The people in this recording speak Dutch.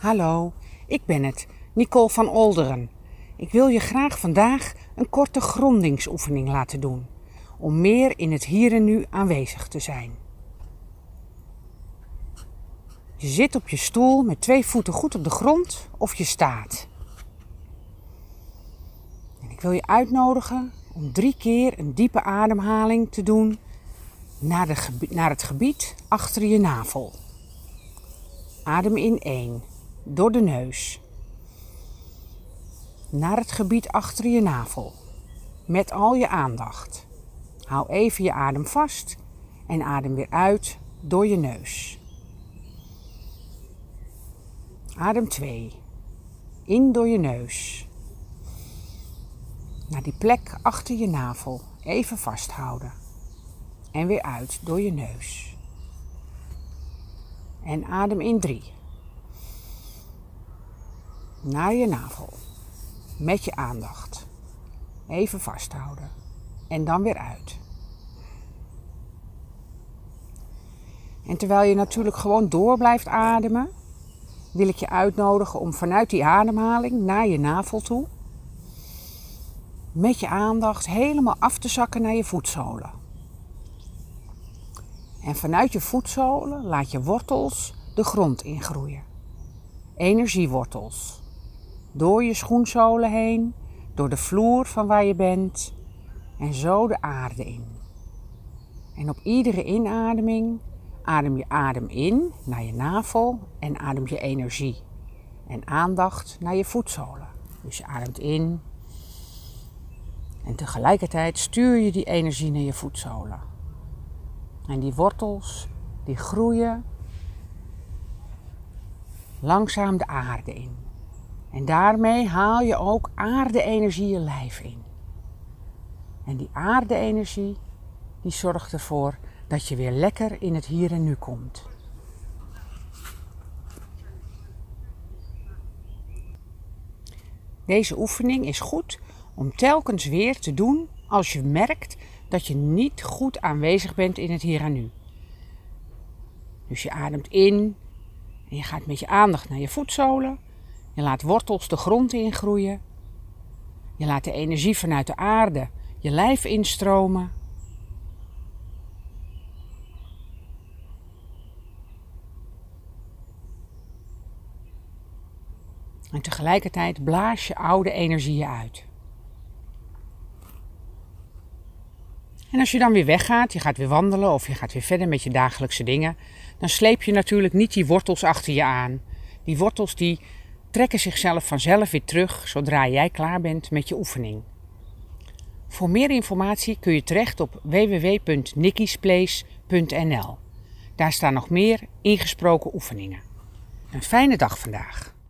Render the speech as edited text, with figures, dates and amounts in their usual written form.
Hallo, ik ben het, Nicole van Olderen. Ik wil je graag vandaag een korte grondingsoefening laten doen, om meer in het hier en nu aanwezig te zijn. Je zit op je stoel met 2 voeten goed op de grond of je staat. En ik wil je uitnodigen om 3 keer een diepe ademhaling te doen naar het gebied achter je navel. Adem in 1, door de neus. Naar het gebied achter je navel, met al je aandacht. Hou even je adem vast en adem weer uit door je neus. Adem 2, in door je neus. Naar die plek achter je navel, even vasthouden. En weer uit door je neus. En adem in 3. Naar je navel. Met je aandacht. Even vasthouden. En dan weer uit. En terwijl je natuurlijk gewoon door blijft ademen, wil ik je uitnodigen om vanuit die ademhaling naar je navel toe, met je aandacht helemaal af te zakken naar je voetzolen. En vanuit je voetzolen laat je wortels de grond ingroeien. Energiewortels. Door je schoenzolen heen, door de vloer van waar je bent en zo de aarde in. En op iedere inademing adem je adem in naar je navel en adem je energie en aandacht naar je voetzolen. Dus je ademt in en tegelijkertijd stuur je die energie naar je voetzolen. En die wortels, die groeien langzaam de aarde in. En daarmee haal je ook aarde-energie je lijf in. En die aarde-energie, die zorgt ervoor dat je weer lekker in het hier en nu komt. Deze oefening is goed om telkens weer te doen als je merkt dat je niet goed aanwezig bent in het hier en nu. Dus je ademt in en je gaat met je aandacht naar je voetzolen. Je laat wortels de grond ingroeien. Je laat de energie vanuit de aarde je lijf instromen. En tegelijkertijd blaas je oude energieën uit. En als je dan weer weggaat, je gaat weer wandelen of je gaat weer verder met je dagelijkse dingen, dan sleep je natuurlijk niet die wortels achter je aan. Die wortels die trekken zichzelf vanzelf weer terug zodra jij klaar bent met je oefening. Voor meer informatie kun je terecht op www.nikkisplace.nl. Daar staan nog meer ingesproken oefeningen. Een fijne dag vandaag.